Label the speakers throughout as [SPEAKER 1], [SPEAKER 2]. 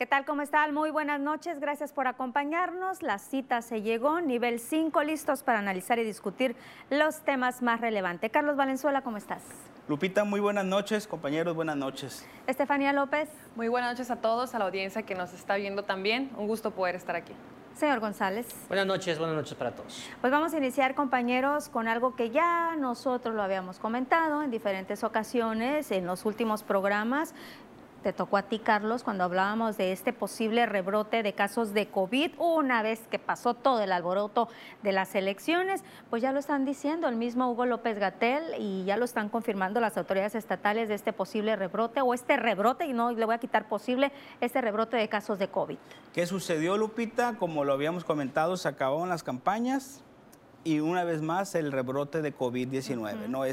[SPEAKER 1] tal? ¿Cómo están? Muy buenas noches, gracias por acompañarnos. La cita se llegó, nivel 5, listos para analizar y discutir los temas más relevantes. Carlos Valenzuela, ¿cómo estás?
[SPEAKER 2] Lupita, muy buenas noches, compañeros, buenas noches.
[SPEAKER 1] Estefanía López.
[SPEAKER 3] Muy buenas noches a todos, a la audiencia que nos está viendo también. Un gusto poder estar aquí.
[SPEAKER 1] Señor González.
[SPEAKER 4] Buenas noches para todos.
[SPEAKER 1] Pues vamos a iniciar, compañeros, con algo que ya nosotros lo habíamos comentado en diferentes ocasiones, en los últimos programas. Te tocó a ti, Carlos, cuando hablábamos de este posible rebrote de casos de COVID, una vez que pasó todo el alboroto de las elecciones, pues ya lo están diciendo el mismo Hugo López-Gatell y ya lo están confirmando las autoridades estatales de este posible rebrote o este rebrote, y no le voy a quitar posible, este rebrote de casos de COVID.
[SPEAKER 2] ¿Qué sucedió, Lupita? Como lo habíamos comentado, se acabaron las campañas y una vez más el rebrote de COVID-19, ¿no?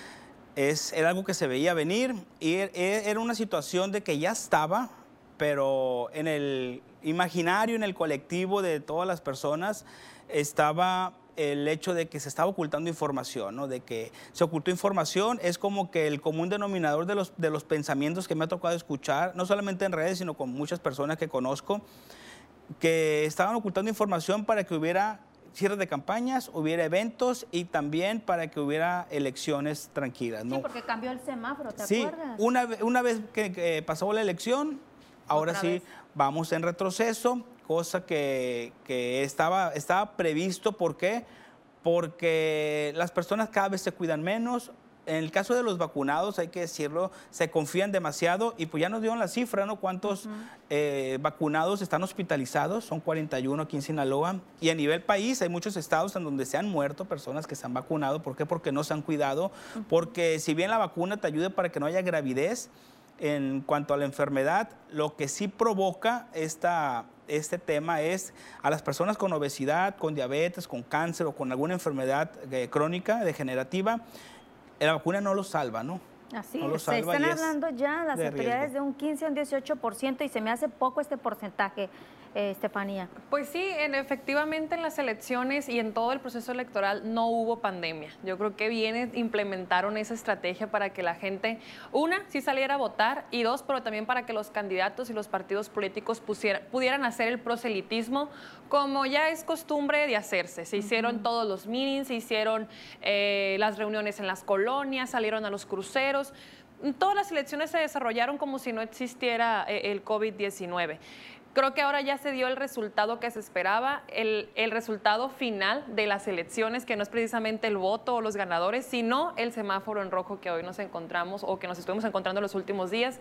[SPEAKER 2] Era algo que se veía venir y era una situación de que ya estaba, pero en el imaginario, en el colectivo de todas las personas, estaba el hecho de que se estaba ocultando información, ¿no? De que se ocultó información, es como que el común denominador de los pensamientos que me ha tocado escuchar, no solamente en redes, sino con muchas personas que conozco, que estaban ocultando información para que hubiera cierre de campañas, hubiera eventos y también para que hubiera elecciones tranquilas, ¿no?
[SPEAKER 1] Sí, porque cambió el semáforo, ¿te
[SPEAKER 2] sí,
[SPEAKER 1] acuerdas?
[SPEAKER 2] una vez que pasó la elección, ahora sí vamos en retroceso, cosa que estaba previsto. ¿Por qué? Porque las personas cada vez se cuidan menos. En el caso de los vacunados, hay que decirlo, se confían demasiado y pues ya nos dieron la cifra, ¿no? ¿Cuántos vacunados están hospitalizados? Son 41 aquí en Sinaloa. Y a nivel país hay muchos estados en donde se han muerto personas que se han vacunado. ¿Por qué? Porque no se han cuidado. Porque si bien la vacuna te ayuda para que no haya gravidez, en cuanto a la enfermedad, lo que sí provoca este tema es a las personas con obesidad, con diabetes, con cáncer o con alguna enfermedad crónica, degenerativa, la vacuna no lo salva, ¿no?
[SPEAKER 1] Así
[SPEAKER 2] no lo
[SPEAKER 1] es, se
[SPEAKER 2] salva
[SPEAKER 1] están hablando ya las autoridades
[SPEAKER 2] riesgo.
[SPEAKER 1] de un 15 a un 18% y se me hace poco este porcentaje, Estefanía.
[SPEAKER 3] Pues sí, efectivamente en las elecciones y en todo el proceso electoral no hubo pandemia. Yo creo que bien implementaron esa estrategia para que la gente, una, sí saliera a votar y dos, pero también para que los candidatos y los partidos políticos pudieran hacer el proselitismo como ya es costumbre de hacerse. Se hicieron todos los meetings, se hicieron las reuniones en las colonias, salieron a los cruceros. Todas las elecciones se desarrollaron como si no existiera el COVID-19. Creo que ahora ya se dio el resultado que se esperaba, el resultado final de las elecciones, que no es precisamente el voto o los ganadores, sino el semáforo en rojo que hoy nos encontramos o que nos estuvimos encontrando en los últimos días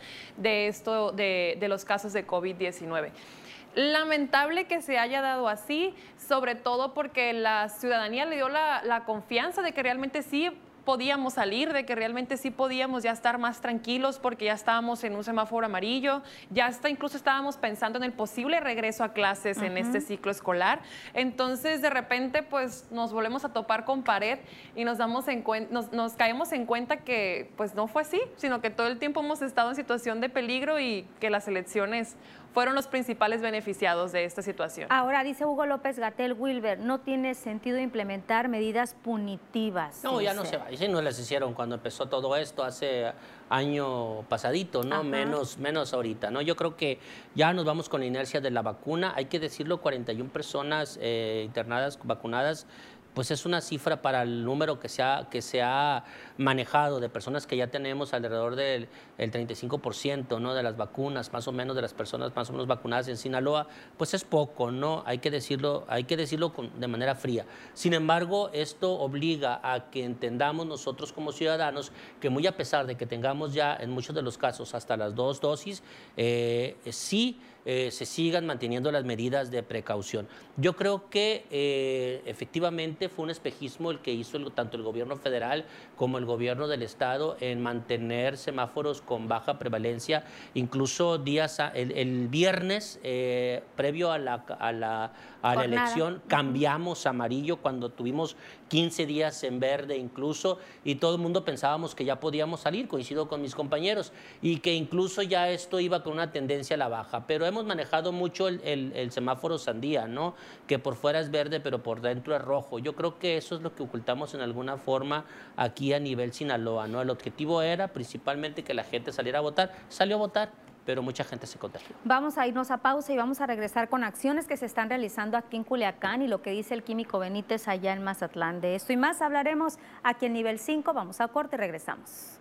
[SPEAKER 3] de los casos de COVID-19. Lamentable que se haya dado así, sobre todo porque la ciudadanía le dio la confianza de que realmente sí podíamos salir, de que realmente sí podíamos ya estar más tranquilos porque ya estábamos en un semáforo amarillo, ya hasta incluso estábamos pensando en el posible regreso a clases en este ciclo escolar. Entonces, de repente, pues nos volvemos a topar con pared y nos caemos en cuenta que pues no fue así, sino que todo el tiempo hemos estado en situación de peligro y que las elecciones fueron los principales beneficiados de esta situación.
[SPEAKER 1] Ahora, dice Hugo López-Gatell, Wilber, no tiene sentido implementar medidas punitivas.
[SPEAKER 4] No, ya no se va. Y si no las hicieron cuando empezó todo esto hace año pasadito, ¿no? Menos ahorita, ¿no? Yo creo que ya nos vamos con la inercia de la vacuna. Hay que decirlo, 41 personas internadas, vacunadas, pues es una cifra para el número que se ha manejado de personas que ya tenemos alrededor del 35%, ¿no? De las vacunas, más o menos de las personas más o menos vacunadas en Sinaloa, pues es poco, ¿no? Hay que decirlo de manera fría. Sin embargo, esto obliga a que entendamos nosotros como ciudadanos que muy a pesar de que tengamos ya en muchos de los casos hasta las 2 dosis, sí se sigan manteniendo las medidas de precaución. Yo creo que efectivamente fue un espejismo el que hizo tanto el gobierno federal como el gobierno del estado en mantener semáforos con baja prevalencia, incluso el viernes previo a la elección cambiamos a amarillo cuando tuvimos 15 días en verde incluso y todo el mundo pensábamos que ya podíamos salir, coincido con mis compañeros, y que incluso ya esto iba con una tendencia a la baja, pero hemos manejado mucho el semáforo sandía, ¿no? Que por fuera es verde pero por dentro es rojo. Yo creo que eso es lo que ocultamos en alguna forma aquí a nivel Sinaloa, ¿no? El objetivo era principalmente que la gente saliera a votar, salió a votar, pero mucha gente se contagió.
[SPEAKER 1] Vamos a irnos a pausa y vamos a regresar con acciones que se están realizando aquí en Culiacán y lo que dice el químico Benítez allá en Mazatlán. De esto y más hablaremos aquí en Nivel 5. Vamos a corte y regresamos.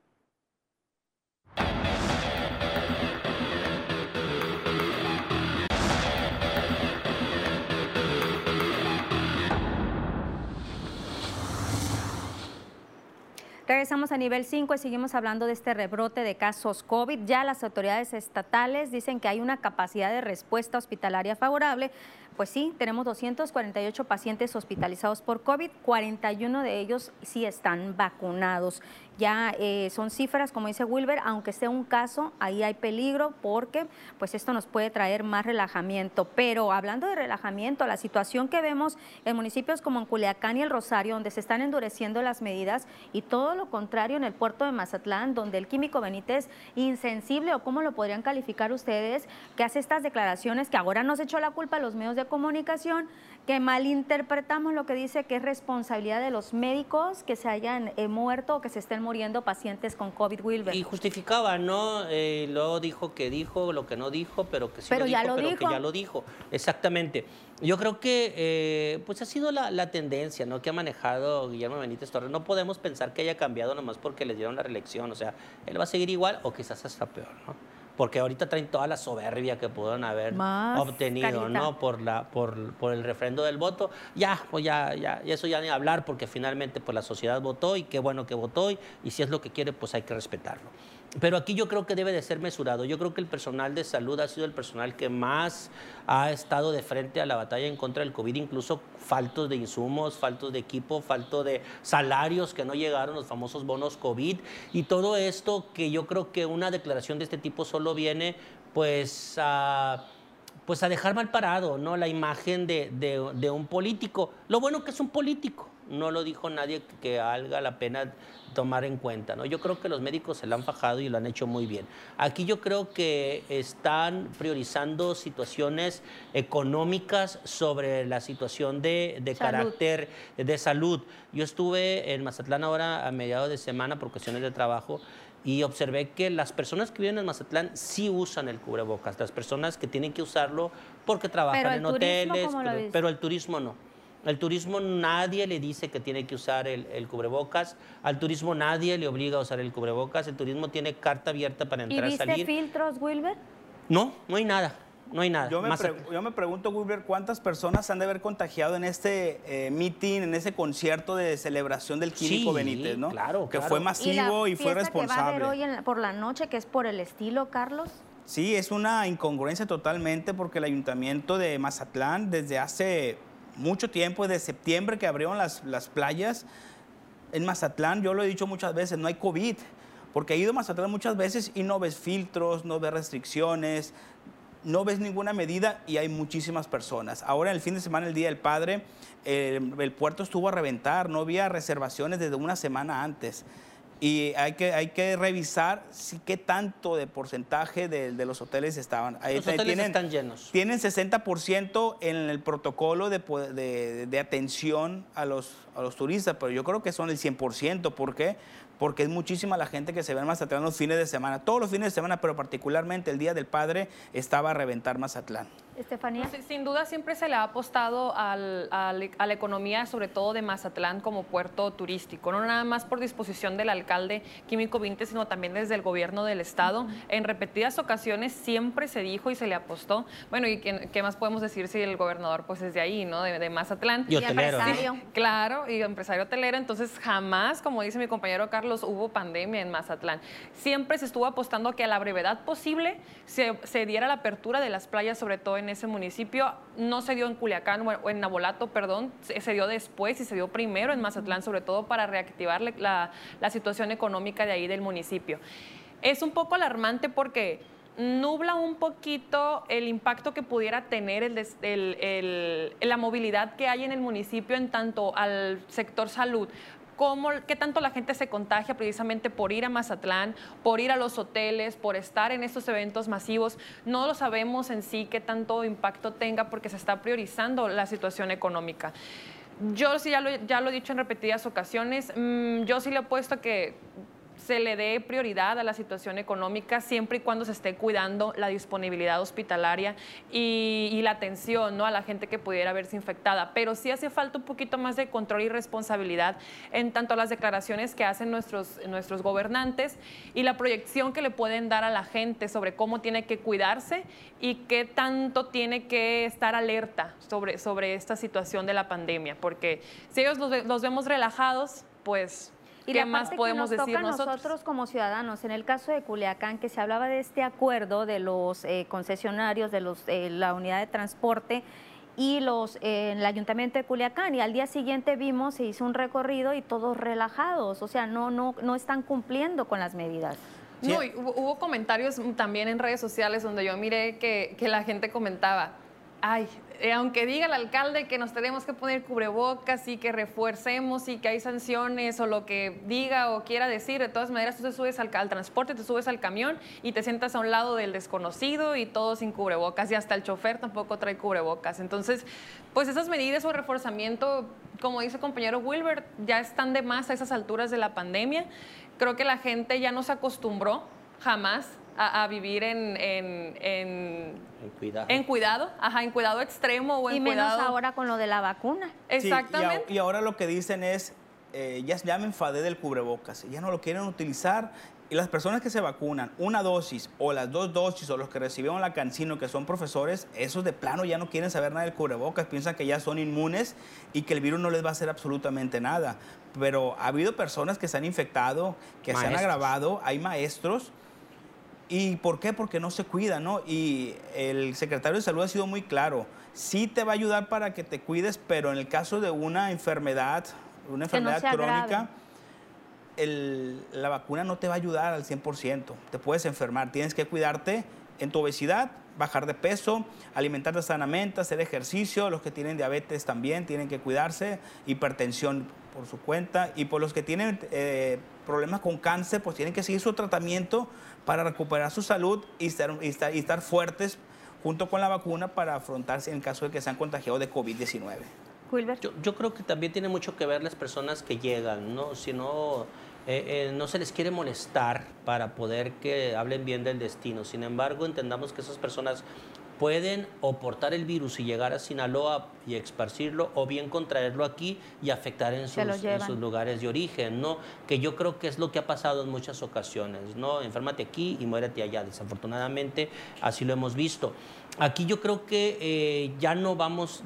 [SPEAKER 1] Regresamos a Nivel 5 y seguimos hablando de este rebrote de casos COVID. Ya las autoridades estatales dicen que hay una capacidad de respuesta hospitalaria favorable. Pues sí, tenemos 248 pacientes hospitalizados por COVID, 41 de ellos sí están vacunados. Ya son cifras, como dice Wilber, aunque sea un caso, ahí hay peligro porque pues esto nos puede traer más relajamiento. Pero hablando de relajamiento, la situación que vemos en municipios como en Culiacán y El Rosario, donde se están endureciendo las medidas, y todo lo contrario en el puerto de Mazatlán, donde el químico Benítez, insensible, o cómo lo podrían calificar ustedes, que hace estas declaraciones que ahora nos echó la culpa a los medios de comunicación, que malinterpretamos lo que dice que es responsabilidad de los médicos que se hayan muerto o que se estén muriendo pacientes con COVID, Wilber.
[SPEAKER 4] Y justificaba, ¿no? Luego dijo que dijo lo que no dijo, pero que sí
[SPEAKER 1] pero
[SPEAKER 4] lo dijo,
[SPEAKER 1] ya lo
[SPEAKER 4] pero
[SPEAKER 1] dijo.
[SPEAKER 4] que ya lo dijo. Exactamente. Yo creo que pues ha sido la tendencia, ¿no?, que ha manejado Guillermo Benítez Torres. No podemos pensar que haya cambiado nomás porque les dieron la reelección. O sea, él va a seguir igual o quizás hasta peor, ¿no? Porque ahorita traen toda la soberbia que pudieron haber obtenido, carita, ¿no?, por el refrendo del voto. Ya, pues ya, eso ya ni hablar, porque finalmente pues la sociedad votó y qué bueno que votó y si es lo que quiere, pues hay que respetarlo. Pero aquí yo creo que debe de ser mesurado. Yo creo que el personal de salud ha sido el personal que más ha estado de frente a la batalla en contra del COVID, incluso faltos de insumos, faltos de equipo, faltos de salarios que no llegaron, los famosos bonos COVID, y todo esto que yo creo que una declaración de este tipo solo viene pues a dejar mal parado, ¿no?, la imagen de un político. Lo bueno que es un político, no lo dijo nadie que valga la pena tomar en cuenta, ¿no? Yo creo que los médicos se la han fajado y lo han hecho muy bien. Aquí yo creo que están priorizando situaciones económicas sobre la situación de carácter de salud. Yo estuve en Mazatlán ahora a mediados de semana por cuestiones de trabajo y observé que las personas que viven en Mazatlán sí usan el cubrebocas, las personas que tienen que usarlo porque trabajan en hoteles, pero el turismo no. El turismo nadie le dice que tiene que usar el cubrebocas, al turismo nadie le obliga a usar el cubrebocas, el turismo tiene carta abierta para entrar y salir.
[SPEAKER 1] ¿Y viste filtros, Wilber?
[SPEAKER 4] No, no hay nada. No hay nada.
[SPEAKER 2] Yo me pregunto, Wilber, ¿cuántas personas han de haber contagiado en este meeting, en ese concierto de celebración del químico Benítez, ¿no?
[SPEAKER 4] Claro,
[SPEAKER 2] que fue masivo y fue responsable.
[SPEAKER 1] ¿Y la fiesta que va a haber hoy por la noche, que es por el estilo, Carlos?
[SPEAKER 2] Sí, es una incongruencia totalmente porque el ayuntamiento de Mazatlán desde hace mucho tiempo, desde septiembre que abrieron las playas en Mazatlán, yo lo he dicho muchas veces, no hay COVID, porque he ido a Mazatlán muchas veces y no ves filtros, no ves restricciones, no ves ninguna medida y hay muchísimas personas. Ahora en el fin de semana, el Día del Padre, el puerto estuvo a reventar, no había reservaciones desde una semana antes. Y hay que revisar qué tanto de porcentaje de los hoteles estaban.
[SPEAKER 4] Los hoteles están llenos.
[SPEAKER 2] Tienen 60% en el protocolo de atención a los turistas, pero yo creo que son el 100%. ¿Por qué? Porque es muchísima la gente que se ve en Mazatlán los fines de semana. Todos los fines de semana, pero particularmente el Día del Padre, estaba a reventar Mazatlán.
[SPEAKER 1] Estefanía.
[SPEAKER 3] Pues, sin duda siempre se le ha apostado a la economía, sobre todo de Mazatlán como puerto turístico, no nada más por disposición del alcalde Químico Benítez, sino también desde el gobierno del estado. En repetidas ocasiones siempre se dijo y se le apostó. Bueno, y qué más podemos decir si el gobernador pues es de ahí, ¿no? De Mazatlán.
[SPEAKER 4] Y hotelero.
[SPEAKER 1] Empresario.
[SPEAKER 3] Claro, y empresario hotelero. Entonces jamás, como dice mi compañero Carlos, hubo pandemia en Mazatlán. Siempre se estuvo apostando a que a la brevedad posible se diera la apertura de las playas, sobre todo en ese municipio. No se dio en Culiacán o en Navolato, perdón, se dio después y se dio primero en Mazatlán, sobre todo para reactivar la situación económica de ahí del municipio. Es un poco alarmante porque nubla un poquito el impacto que pudiera tener la movilidad que hay en el municipio en tanto al sector salud. ¿Qué tanto la gente se contagia precisamente por ir a Mazatlán, por ir a los hoteles, por estar en estos eventos masivos? No lo sabemos en sí qué tanto impacto tenga porque se está priorizando la situación económica. Yo sí ya lo he dicho en repetidas ocasiones, yo sí le he puesto que se le dé prioridad a la situación económica siempre y cuando se esté cuidando la disponibilidad hospitalaria y la atención, ¿no?, a la gente que pudiera verse infectada. Pero sí hace falta un poquito más de control y responsabilidad en tanto a las declaraciones que hacen nuestros gobernantes y la proyección que le pueden dar a la gente sobre cómo tiene que cuidarse y qué tanto tiene que estar alerta sobre esta situación de la pandemia. Porque si ellos los vemos relajados, pues...
[SPEAKER 1] Y
[SPEAKER 3] ¿qué
[SPEAKER 1] la
[SPEAKER 3] más
[SPEAKER 1] parte
[SPEAKER 3] podemos
[SPEAKER 1] que nos
[SPEAKER 3] decir
[SPEAKER 1] toca a nosotros como ciudadanos? En el caso de Culiacán, que se hablaba de este acuerdo de los concesionarios, de la unidad de transporte y el Ayuntamiento de Culiacán, y al día siguiente vimos, se hizo un recorrido y todos relajados, o sea, no están cumpliendo con las medidas.
[SPEAKER 2] Sí.
[SPEAKER 3] No, y hubo comentarios también en redes sociales donde yo miré que la gente comentaba, ay, aunque diga el alcalde que nos tenemos que poner cubrebocas y que refuercemos y que hay sanciones o lo que diga o quiera decir, de todas maneras tú te subes al transporte, te subes al camión y te sientas a un lado del desconocido y todo sin cubrebocas, y hasta el chofer tampoco trae cubrebocas. Entonces, pues esas medidas o reforzamiento, como dice el compañero Wilber, ya están de más a esas alturas de la pandemia. Creo que la gente ya no se acostumbró jamás a vivir en
[SPEAKER 4] cuidado.
[SPEAKER 3] En cuidado extremo o en
[SPEAKER 1] y menos
[SPEAKER 3] cuidado...
[SPEAKER 1] ahora con lo de la vacuna.
[SPEAKER 3] Exactamente.
[SPEAKER 2] Sí, y ahora lo que dicen es, ya me enfadé del cubrebocas, ya no lo quieren utilizar. Y las personas que se vacunan, una dosis o las 2 dosis, o los que recibieron la Cancino, que son profesores, esos de plano ya no quieren saber nada del cubrebocas, piensan que ya son inmunes y que el virus no les va a hacer absolutamente nada. Pero ha habido personas que se han infectado, que se han agravado, hay maestros. ¿Y por qué? Porque no se cuidan, ¿no? Y el secretario de Salud ha sido muy claro. Sí te va a ayudar para que te cuides, pero en el caso de una enfermedad crónica, la vacuna no te va a ayudar al 100%. Te puedes enfermar. Tienes que cuidarte en tu obesidad, bajar de peso, alimentarte sanamente, hacer ejercicio. Los que tienen diabetes también tienen que cuidarse. Hipertensión por su cuenta. Y por los que tienen problemas con cáncer, pues tienen que seguir su tratamiento para recuperar su salud y estar fuertes junto con la vacuna para afrontarse en caso de que sean contagiados de COVID-19.
[SPEAKER 1] Wilber.
[SPEAKER 4] Yo creo que también tiene mucho que ver las personas que llegan, ¿no? Si no, no se les quiere molestar para poder que hablen bien del destino. Sin embargo, entendamos que esas personas pueden o portar el virus y llegar a Sinaloa y esparcirlo, o bien contraerlo aquí y afectar en sus lugares de origen, ¿no? Que yo creo que es lo que ha pasado en muchas ocasiones, ¿no? Enférmate aquí y muérete allá. Desafortunadamente, así lo hemos visto. Aquí yo creo que ya no vamos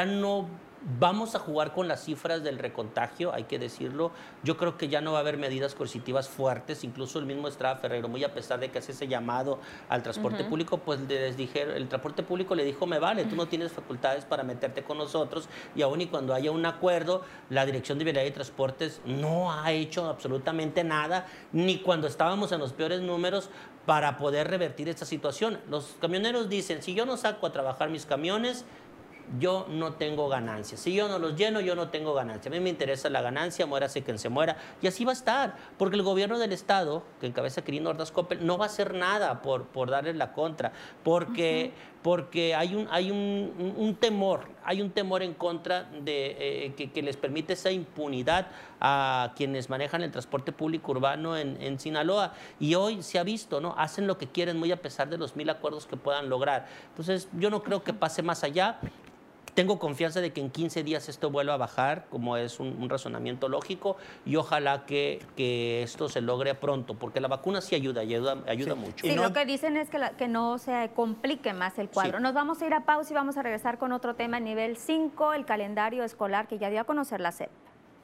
[SPEAKER 4] a jugar con las cifras del recontagio, hay que decirlo. Yo creo que ya no va a haber medidas coercitivas fuertes. Incluso el mismo Estrada Ferrero, muy a pesar de que hace ese llamado al transporte público, pues les dijeron, el transporte público le dijo, me vale, tú no tienes facultades para meterte con nosotros. Y aún y cuando haya un acuerdo, la Dirección de Vialidad y Transportes no ha hecho absolutamente nada, ni cuando estábamos en los peores números, para poder revertir esta situación. Los camioneros dicen, si yo no saco a trabajar mis camiones, yo no tengo ganancias. Si yo no los lleno, yo no tengo ganancia. A mí me interesa la ganancia, muérase quien se muera. Y así va a estar, porque el gobierno del Estado, que encabeza Quirino Ordaz Coppel, no va a hacer nada por darle la contra, porque hay un temor en contra de que les permite esa impunidad a quienes manejan el transporte público urbano en Sinaloa. Y hoy se ha visto, ¿no? Hacen lo que quieren muy a pesar de los 1000 acuerdos que puedan lograr. Entonces, yo no creo que pase más allá. Tengo confianza de que en 15 días esto vuelva a bajar, como es un razonamiento lógico, y ojalá que esto se logre pronto, porque la vacuna sí ayuda mucho.
[SPEAKER 1] Sí, lo que dicen es que no se complique más el cuadro. Sí. Nos vamos a ir a pausa y vamos a regresar con otro tema, nivel 5, el calendario escolar que ya dio a conocer la SEP.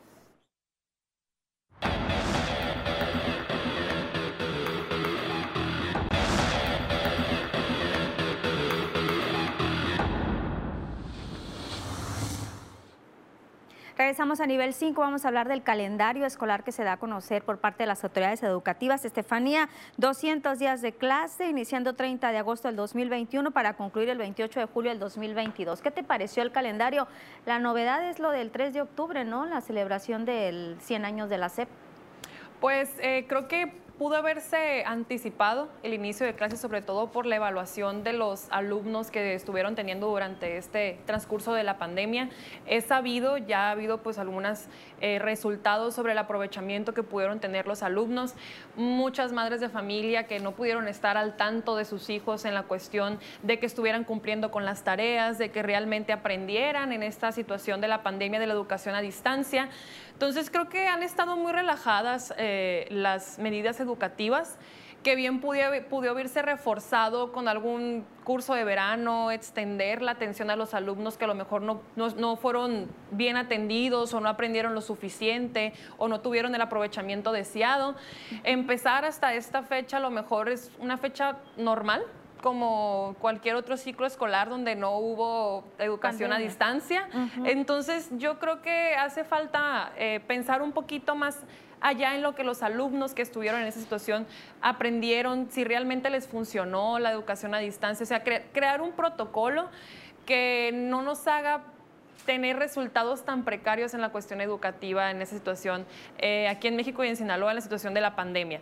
[SPEAKER 1] Regresamos a nivel 5, vamos a hablar del calendario escolar que se da a conocer por parte de las autoridades educativas. Estefanía, 200 días de clase, iniciando 30 de agosto del 2021 para concluir el 28 de julio del 2022. ¿Qué te pareció el calendario? La novedad es lo del 3 de octubre, ¿no? La celebración del 100 años de la SEP.
[SPEAKER 3] Pues creo que pudo haberse anticipado el inicio de clases, sobre todo por la evaluación de los alumnos que estuvieron teniendo durante este transcurso de la pandemia. Es sabido, ya ha habido pues algunos resultados sobre el aprovechamiento que pudieron tener los alumnos. Muchas madres de familia que no pudieron estar al tanto de sus hijos en la cuestión de que estuvieran cumpliendo con las tareas, de que realmente aprendieran en esta situación de la pandemia, de la educación a distancia. Entonces creo que han estado muy relajadas las medidas educativas, que bien pudo haberse reforzado con algún curso de verano, extender la atención a los alumnos que a lo mejor no fueron bien atendidos o no aprendieron lo suficiente o no tuvieron el aprovechamiento deseado. Empezar hasta esta fecha a lo mejor es una fecha normal, como cualquier otro ciclo escolar donde no hubo educación a distancia. Entonces yo creo que hace falta pensar un poquito más allá en lo que los alumnos que estuvieron en esa situación aprendieron, si realmente les funcionó la educación a distancia, o sea, crear un protocolo que no nos haga tener resultados tan precarios en la cuestión educativa en esa situación, aquí en México y en Sinaloa, en la situación de la pandemia.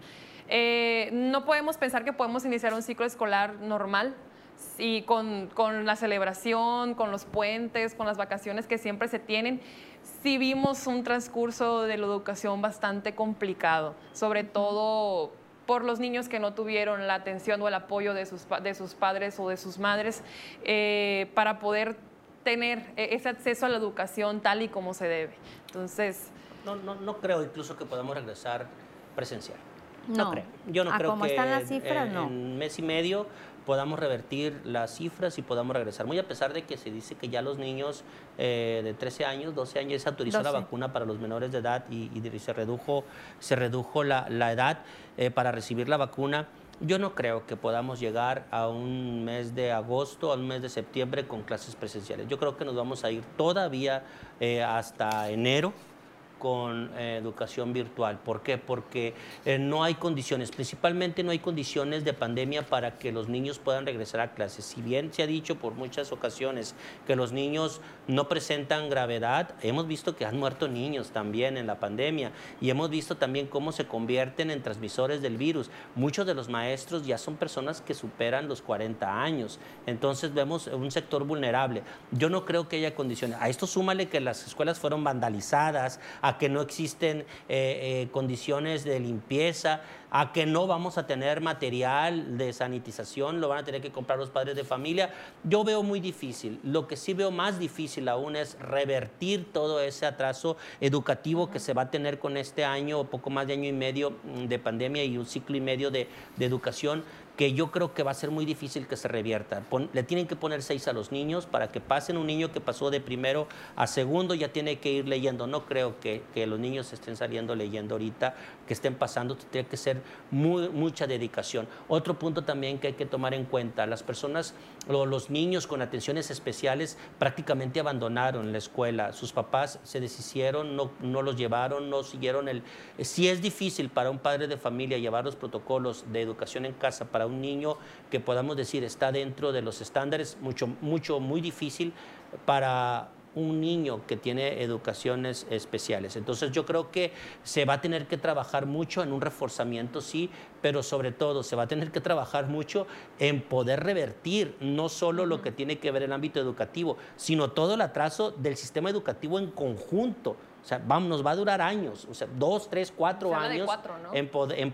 [SPEAKER 3] No podemos pensar que podemos iniciar un ciclo escolar normal y con la celebración, con los puentes, con las vacaciones que siempre se tienen. Sí vimos un transcurso de la educación bastante complicado, sobre todo por los niños que no tuvieron la atención o el apoyo de sus padres o de sus madres para poder tener ese acceso a la educación tal y como se debe. Entonces,
[SPEAKER 4] no creo incluso que podamos regresar presencial.
[SPEAKER 1] No
[SPEAKER 4] creo. Yo no creo
[SPEAKER 1] como
[SPEAKER 4] que
[SPEAKER 1] están las cifras,
[SPEAKER 4] en un mes y medio podamos revertir las cifras y podamos regresar. Muy a pesar de que se dice que ya los niños de 13 años, 12 años, se autorizó la vacuna para los menores de edad y se redujo la edad para recibir la vacuna. Yo no creo que podamos llegar a un mes de agosto, a un mes de septiembre con clases presenciales. Yo creo que nos vamos a ir todavía hasta enero con educación virtual. ¿Por qué? Porque no hay condiciones, principalmente no hay condiciones de pandemia para que los niños puedan regresar a clases. Si bien se ha dicho por muchas ocasiones que los niños no presentan gravedad, hemos visto que han muerto niños también en la pandemia y hemos visto también cómo se convierten en transmisores del virus. Muchos de los maestros ya son personas que superan los 40 años, entonces vemos un sector vulnerable. Yo no creo que haya condiciones. A esto súmale que las escuelas fueron vandalizadas, a que no existen condiciones de limpieza, a que no vamos a tener material de sanitización, lo van a tener que comprar los padres de familia. Yo veo muy difícil. Lo que sí veo más difícil aún es revertir todo ese atraso educativo que se va a tener con este año o poco más de año y medio de pandemia y un ciclo y medio de educación, que yo creo que va a ser muy difícil que se revierta. Le tienen que poner 6 a los niños para que pasen. Un niño que pasó de primero a segundo ya tiene que ir leyendo. No creo que los niños estén saliendo leyendo ahorita, que estén pasando. Tiene que ser mucha dedicación. Otro punto también que hay que tomar en cuenta, las personas o los niños con atenciones especiales prácticamente abandonaron la escuela. Sus papás se deshicieron, no los llevaron, no siguieron Sí es difícil para un padre de familia llevar los protocolos de educación en casa para un niño que podamos decir está dentro de los estándares, muy difícil para un niño que tiene educaciones especiales. Entonces yo creo que se va a tener que trabajar mucho en un reforzamiento, sí, pero sobre todo se va a tener que trabajar mucho en poder revertir no solo lo que tiene que ver el ámbito educativo, sino todo el atraso del sistema educativo en conjunto. O sea, nos va a durar años, o sea, 2, 3, 4 años
[SPEAKER 3] 4, ¿no?
[SPEAKER 4] en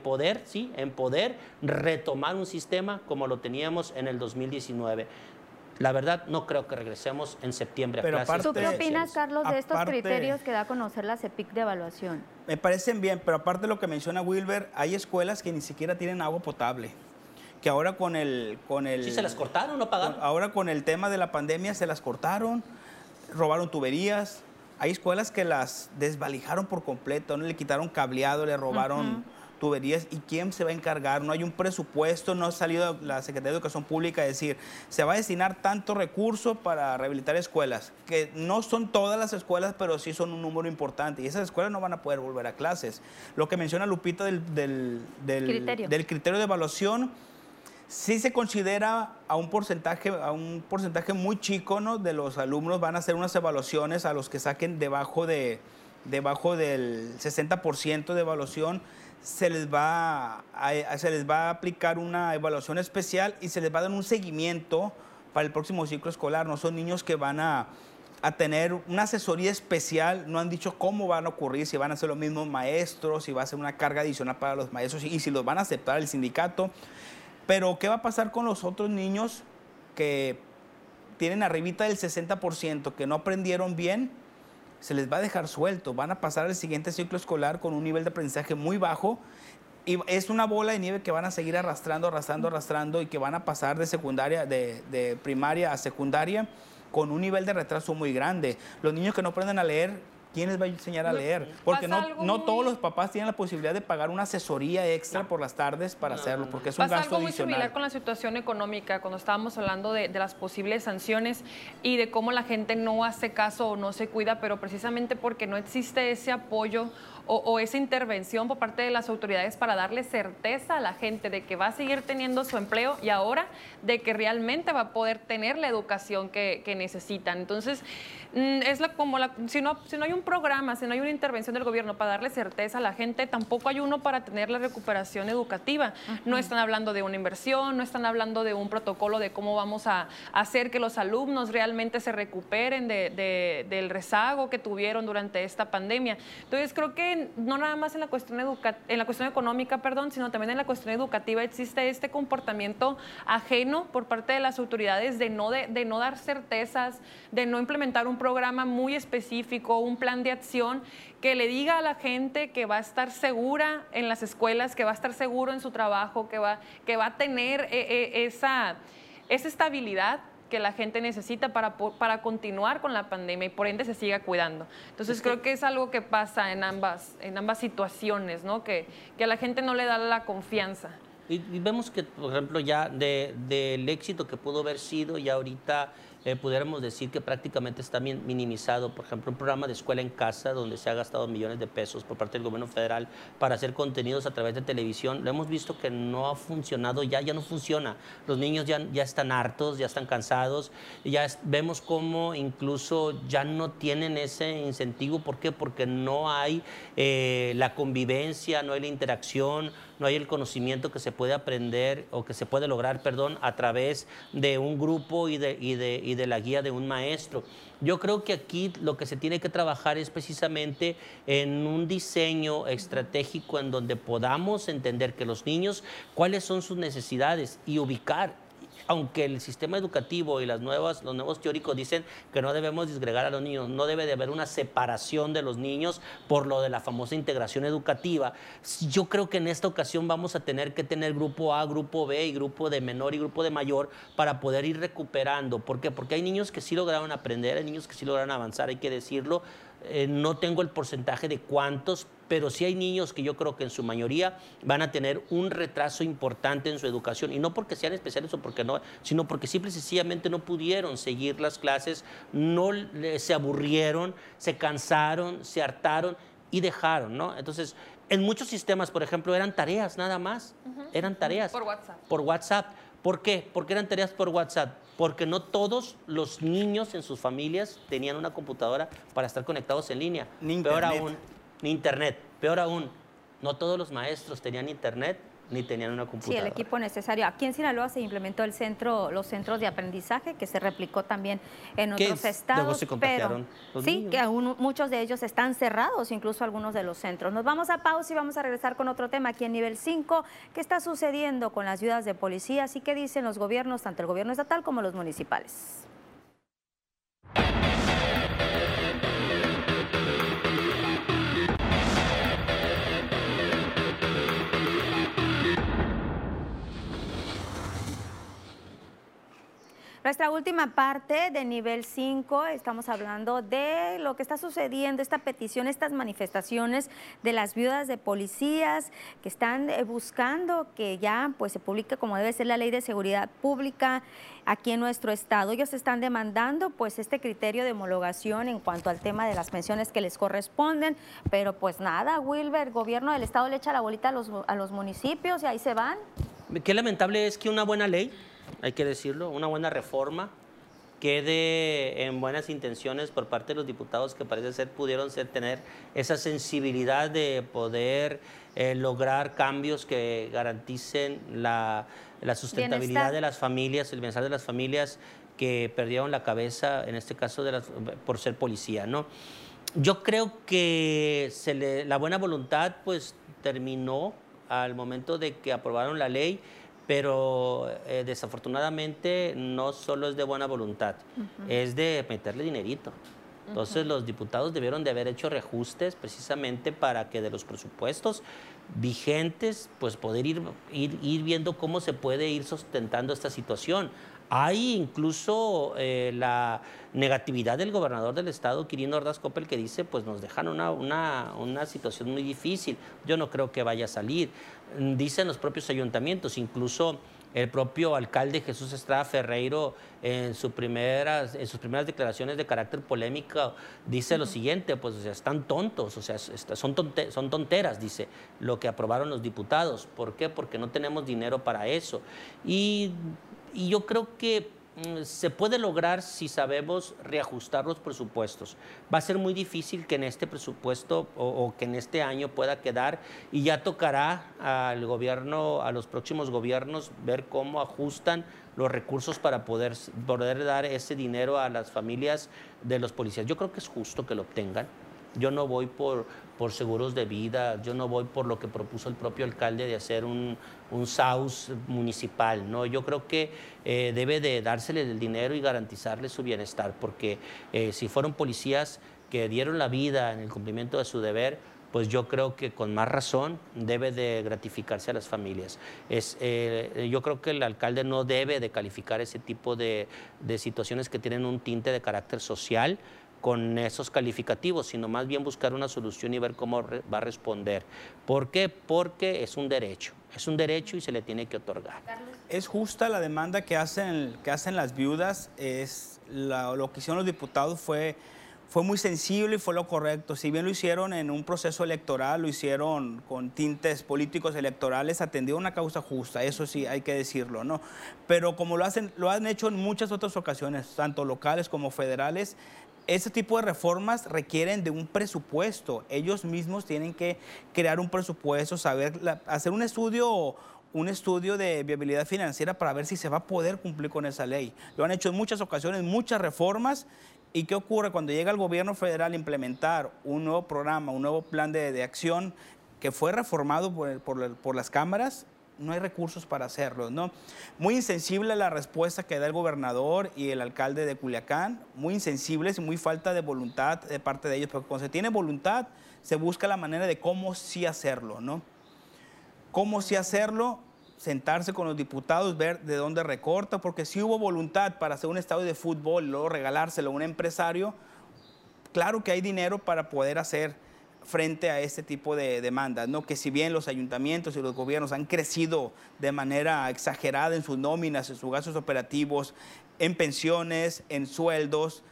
[SPEAKER 4] poder retomar un sistema como lo teníamos en el 2019. La verdad, no creo que regresemos en septiembre a clases.
[SPEAKER 1] ¿Tú qué opinas, Carlos, de estos criterios que da a conocer la CEPIC de evaluación?
[SPEAKER 2] Me parecen bien, pero aparte de lo que menciona Wilber, hay escuelas que ni siquiera tienen agua potable. Que ahora con el
[SPEAKER 4] ¿Sí se las cortaron o no pagaron?
[SPEAKER 2] Ahora con el tema de la pandemia se las cortaron, robaron tuberías. Hay escuelas que las desvalijaron por completo, no le quitaron cableado, le robaron tuberías. ¿Y quién se va a encargar? No hay un presupuesto, no ha salido la Secretaría de Educación Pública a decir, se va a destinar tanto recurso para rehabilitar escuelas, que no son todas las escuelas, pero sí son un número importante. Y esas escuelas no van a poder volver a clases. Lo que menciona Lupita del criterio de evaluación, sí se considera a un porcentaje muy chico, ¿no? De los alumnos van a hacer unas evaluaciones a los que saquen debajo del 60% de evaluación. se les va a aplicar una evaluación especial y se les va a dar un seguimiento para el próximo ciclo escolar. No son niños que van a tener una asesoría especial, no han dicho cómo van a ocurrir, si van a ser los mismos maestros, si va a ser una carga adicional para los maestros y si los van a aceptar el sindicato. Pero, ¿qué va a pasar con los otros niños que tienen arribita del 60%, que no aprendieron bien? Se les va a dejar suelto, van a pasar al siguiente ciclo escolar con un nivel de aprendizaje muy bajo y es una bola de nieve que van a seguir arrastrando y que van a pasar de secundaria, de primaria a secundaria con un nivel de retraso muy grande. Los niños que no aprenden a leer, ¿quién les va a enseñar a leer? Porque no todos los papás tienen la posibilidad de pagar una asesoría extra por las tardes para hacerlo, porque es un gasto
[SPEAKER 3] algo muy
[SPEAKER 2] adicional.
[SPEAKER 3] similar con la situación económica, cuando estábamos hablando de las posibles sanciones y de cómo la gente no hace caso o no se cuida, pero precisamente porque no existe ese apoyo o esa intervención por parte de las autoridades para darle certeza a la gente de que va a seguir teniendo su empleo y ahora de que realmente va a poder tener la educación que necesitan. Entonces, si no hay un programa, si no hay una intervención del gobierno para darle certeza a la gente, tampoco hay uno para tener la recuperación educativa. No están hablando de una inversión, no están hablando de un protocolo de cómo vamos a hacer que los alumnos realmente se recuperen del rezago que tuvieron durante esta pandemia. Entonces, creo que no nada más en la cuestión económica, sino también en la cuestión educativa existe este comportamiento ajeno por parte de las autoridades de no dar certezas, de no implementar un programa muy específico, un plan de acción que le diga a la gente que va a estar segura en las escuelas, que va a estar seguro en su trabajo, que va a tener esa estabilidad que la gente necesita para continuar con la pandemia y por ende se siga cuidando. Entonces creo que es algo que pasa en ambas situaciones, ¿no? Que a la gente no le da la confianza.
[SPEAKER 4] Y vemos que, por ejemplo, ya del éxito que pudo haber sido, ya ahorita pudiéramos decir que prácticamente está minimizado. Por ejemplo, un programa de escuela en casa donde se ha gastado millones de pesos por parte del gobierno federal para hacer contenidos a través de televisión. Lo hemos visto que no ha funcionado, ya no funciona. Los niños ya están hartos, ya están cansados. Vemos cómo incluso ya no tienen ese incentivo. ¿Por qué? Porque no hay la convivencia, no hay la interacción, no hay el conocimiento que se puede aprender o que se puede lograr, a través de un grupo y de la guía de un maestro. Yo creo que aquí lo que se tiene que trabajar es precisamente en un diseño estratégico en donde podamos entender que los niños, cuáles son sus necesidades y ubicar. Aunque el sistema educativo y los nuevos teóricos dicen que no debemos disgregar a los niños, no debe de haber una separación de los niños por lo de la famosa integración educativa. Yo creo que en esta ocasión vamos a tener que tener grupo A, grupo B y grupo de menor y grupo de mayor para poder ir recuperando. ¿Por qué? Porque hay niños que sí lograron aprender, hay niños que sí lograron avanzar, hay que decirlo. No tengo el porcentaje de cuántos, pero sí hay niños que yo creo que en su mayoría van a tener un retraso importante en su educación, y no porque sean especiales o porque no, sino porque simple y sencillamente no pudieron seguir las clases, se aburrieron, se cansaron, se hartaron y dejaron, ¿no? Entonces, en muchos sistemas, por ejemplo, eran tareas nada más, eran tareas.
[SPEAKER 3] Por WhatsApp.
[SPEAKER 4] Por WhatsApp. ¿Por qué? Porque eran tareas por WhatsApp. Porque no todos los niños en sus familias tenían una computadora para estar conectados en línea.
[SPEAKER 2] Ni internet.
[SPEAKER 4] Peor aún, ni internet. Peor aún, no todos los maestros tenían internet ni tenían una computadora.
[SPEAKER 1] Sí, el equipo necesario. Aquí en Sinaloa se implementó los centros de aprendizaje, que se replicó también en otros estados.
[SPEAKER 4] Luego se contagiaron los
[SPEAKER 1] sí,
[SPEAKER 4] niños.
[SPEAKER 1] que muchos de ellos están cerrados, incluso algunos de los centros. Nos vamos a pausa y vamos a regresar con otro tema aquí en nivel 5. ¿Qué está sucediendo con las ayudas de policías y qué dicen los gobiernos, tanto el gobierno estatal como los municipales? Nuestra última parte de nivel 5, estamos hablando de lo que está sucediendo, esta petición, estas manifestaciones de las viudas de policías que están buscando que ya pues, se publique como debe ser la ley de seguridad pública aquí en nuestro estado. Ellos están demandando pues este criterio de homologación en cuanto al tema de las pensiones que les corresponden, pero pues nada, Wilber, el gobierno del estado le echa la bolita a los municipios y ahí se van.
[SPEAKER 4] Qué lamentable es que una buena ley, hay que decirlo, una buena reforma, quede en buenas intenciones por parte de los diputados que parece ser pudieron tener esa sensibilidad de poder lograr cambios que garanticen la sustentabilidad
[SPEAKER 1] Bienestar
[SPEAKER 4] de las familias, el bienestar de las familias que perdieron la cabeza, en este caso por ser policía, ¿no? Yo creo que la buena voluntad pues terminó al momento de que aprobaron la ley, pero desafortunadamente no solo es de buena voluntad, es de meterle dinerito. Entonces los diputados debieron de haber hecho reajustes precisamente para que de los presupuestos vigentes pues poder ir viendo cómo se puede ir sustentando esta situación. Hay incluso la negatividad del gobernador del estado, Quirino Ordaz Coppel, que dice, pues nos dejan una situación muy difícil. Yo no creo que vaya a salir. Dicen los propios ayuntamientos, incluso el propio alcalde Jesús Estrada Ferreiro en sus primeras declaraciones de carácter polémico dice lo siguiente, pues o sea, están tontos, o sea, son tonteras, dice, lo que aprobaron los diputados. ¿Por qué? Porque no tenemos dinero para eso. Y yo creo que se puede lograr si sabemos reajustar los presupuestos. Va a ser muy difícil que en este presupuesto o que en este año pueda quedar, y ya tocará al gobierno, a los próximos gobiernos, ver cómo ajustan los recursos para poder dar ese dinero a las familias de los policías. Yo creo que es justo que lo obtengan. Yo no voy por seguros de vida, yo no voy por lo que propuso el propio alcalde de hacer un SAUS municipal, ¿no? Yo creo que debe de dársele el dinero y garantizarle su bienestar, porque si fueron policías que dieron la vida en el cumplimiento de su deber, pues yo creo que con más razón debe de gratificarse a las familias. Yo creo que el alcalde no debe de calificar ese tipo de situaciones que tienen un tinte de carácter social con esos calificativos, sino más bien buscar una solución y ver cómo va a responder. ¿Por qué? Porque es un derecho y se le tiene que otorgar.
[SPEAKER 2] Es justa la demanda que hacen las viudas, lo que hicieron los diputados fue muy sensible y fue lo correcto. Si bien lo hicieron en un proceso electoral, lo hicieron con tintes políticos electorales, atendieron una causa justa, eso sí hay que decirlo, ¿no? Pero como lo han hecho en muchas otras ocasiones, tanto locales como federales, ese tipo de reformas requieren de un presupuesto. Ellos mismos tienen que crear un presupuesto, hacer un estudio de viabilidad financiera para ver si se va a poder cumplir con esa ley. Lo han hecho en muchas ocasiones, muchas reformas. ¿Y qué ocurre cuando llega el gobierno federal a implementar un nuevo programa, un nuevo plan de acción que fue reformado por las cámaras? No hay recursos para hacerlo, ¿no? Muy insensible la respuesta que da el gobernador y el alcalde de Culiacán, muy insensibles y muy falta de voluntad de parte de ellos, porque cuando se tiene voluntad se busca la manera de cómo sí hacerlo, ¿no? Cómo sí hacerlo, sentarse con los diputados, ver de dónde recorta, porque si hubo voluntad para hacer un estadio de fútbol y luego regalárselo a un empresario, claro que hay dinero para poder hacer frente a este tipo de demandas, ¿no? Que si bien los ayuntamientos y los gobiernos han crecido de manera exagerada en sus nóminas, en sus gastos operativos, en pensiones, en sueldos,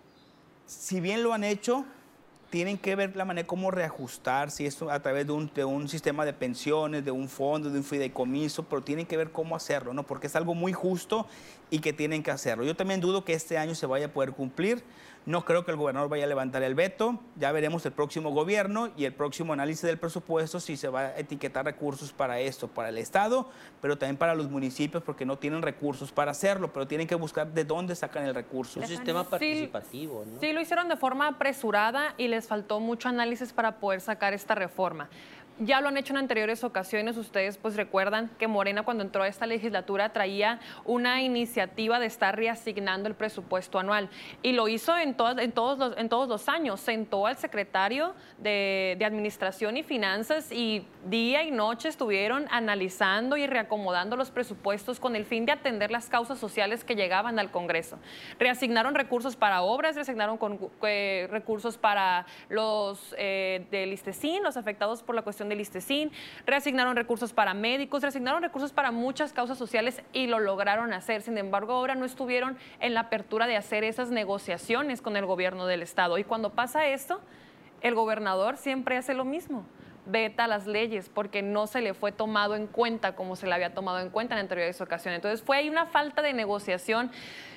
[SPEAKER 2] si bien lo han hecho, tienen que ver la manera de cómo reajustar, si es a través de un sistema de pensiones, de un fondo, de un fideicomiso, pero tienen que ver cómo hacerlo, ¿no? Porque es algo muy justo y que tienen que hacerlo. Yo también dudo que este año se vaya a poder cumplir. No creo que el gobernador vaya a levantar el veto. Ya veremos el próximo gobierno y el próximo análisis del presupuesto si se va a etiquetar recursos para esto, para el Estado, pero también para los municipios, porque no tienen recursos para hacerlo, pero tienen que buscar de dónde sacan el recurso.
[SPEAKER 4] Un sistema participativo, ¿no?
[SPEAKER 3] Sí, lo hicieron de forma apresurada y les faltó mucho análisis para poder sacar esta reforma. Ya lo han hecho en anteriores ocasiones. Ustedes pues recuerdan que Morena, cuando entró a esta legislatura, traía una iniciativa de estar reasignando el presupuesto anual, y lo hizo en todos los años. Sentó al secretario de Administración y Finanzas y día y noche estuvieron analizando y reacomodando los presupuestos con el fin de atender las causas sociales que llegaban al Congreso. Reasignaron recursos para obras, reasignaron recursos para los del ISSSTECIN, los afectados por la cuestión del ISSSTECIN, reasignaron recursos para médicos, reasignaron recursos para muchas causas sociales y lo lograron hacer. Sin embargo, ahora no estuvieron en la apertura de hacer esas negociaciones con el gobierno del Estado. Y cuando pasa esto, el gobernador siempre hace lo mismo: veta las leyes porque no se le fue tomado en cuenta como se le había tomado en cuenta en anteriores ocasiones. Entonces fue ahí una falta de negociación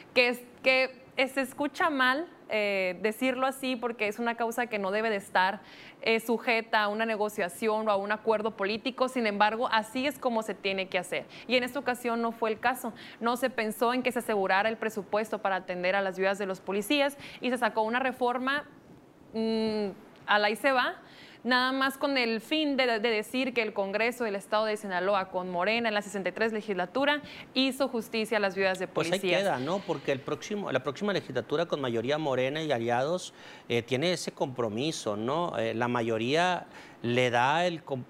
[SPEAKER 3] se escucha mal decirlo así porque es una causa que no debe de estar sujeta a una negociación o a un acuerdo político. Sin embargo, así es como se tiene que hacer. Y en esta ocasión no fue el caso. No se pensó en que se asegurara el presupuesto para atender a las viudas de los policías y se sacó una reforma a la y se va, nada más con el fin de decir que el Congreso del Estado de Sinaloa, con Morena en la 63 legislatura, hizo justicia a las viudas de policías.
[SPEAKER 4] Pues ahí queda, ¿no? Porque la próxima legislatura con mayoría Morena y aliados tiene ese compromiso, ¿no? La mayoría le da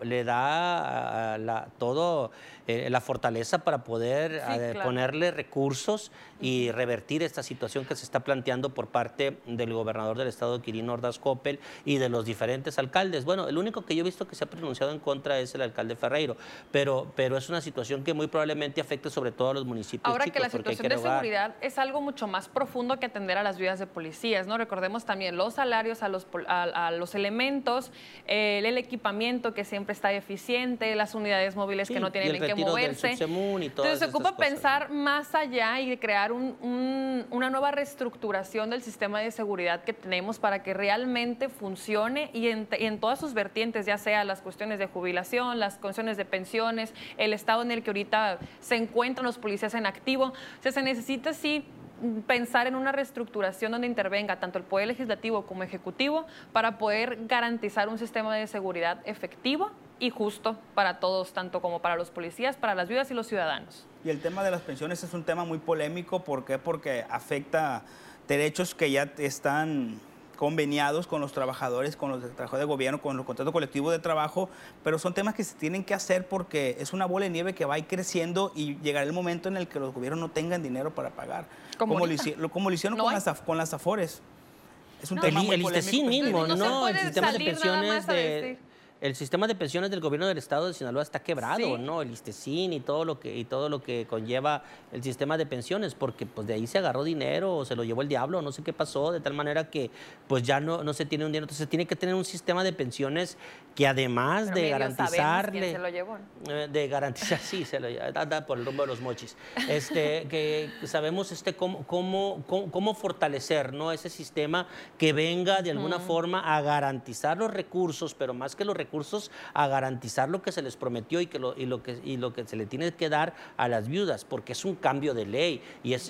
[SPEAKER 4] la fortaleza para poder ponerle recursos y revertir esta situación que se está planteando por parte del gobernador del estado, Quirino Ordaz Coppel, y de los diferentes alcaldes. Bueno, el único que yo he visto que se ha pronunciado en contra es el alcalde Ferreiro, pero es una situación que muy probablemente afecte sobre todo a los municipios
[SPEAKER 3] Ahora
[SPEAKER 4] chicos.
[SPEAKER 3] Que la situación de seguridad es algo mucho más profundo que atender a las viudas de policías, ¿no? Recordemos también los salarios a los elementos, el equipamiento que siempre está deficiente, las unidades móviles que no tienen en qué moverse. Entonces se ocupa pensar más allá y de crear una nueva reestructuración del sistema de seguridad que tenemos para que realmente funcione y en todas sus vertientes, ya sea las cuestiones de jubilación, las cuestiones de pensiones, el estado en el que ahorita se encuentran los policías en activo. O sea, se necesita sí pensar en una reestructuración donde intervenga tanto el Poder Legislativo como Ejecutivo para poder garantizar un sistema de seguridad efectivo y justo para todos, tanto como para los policías, para las viudas y los ciudadanos.
[SPEAKER 2] Y el tema de las pensiones es un tema muy polémico. ¿Por qué? Porque afecta derechos que ya están conveniados con los trabajadores, con los trabajadores de gobierno, con los contratos colectivos de trabajo, pero son temas que se tienen que hacer porque es una bola de nieve que va a ir creciendo y llegará el momento en el que los gobiernos no tengan dinero para pagar. Como lo hicieron
[SPEAKER 3] no
[SPEAKER 2] con las AFORES. Es un tema muy
[SPEAKER 4] el
[SPEAKER 2] polémico.
[SPEAKER 4] ISTESIN mismo,
[SPEAKER 3] no
[SPEAKER 4] el sistema de pensiones
[SPEAKER 3] el
[SPEAKER 4] sistema de pensiones del gobierno del estado de Sinaloa está quebrado, ¿no? El ISTESIN y todo lo que conlleva el sistema de pensiones, porque pues de ahí se agarró dinero o se lo llevó el diablo, no sé qué pasó, de tal manera que pues ya no se tiene un dinero. Entonces tiene que tener un sistema de pensiones que además de garantizarle,
[SPEAKER 3] se lo llevó.
[SPEAKER 4] De garantizar, sí, se lo anda por el rumbo de los mochis, que sabemos cómo fortalecer, ¿no? Ese sistema que venga de alguna forma a garantizar los recursos, pero más que los recursos, a garantizar lo que se les prometió y lo que se le tiene que dar a las viudas, porque es un cambio de ley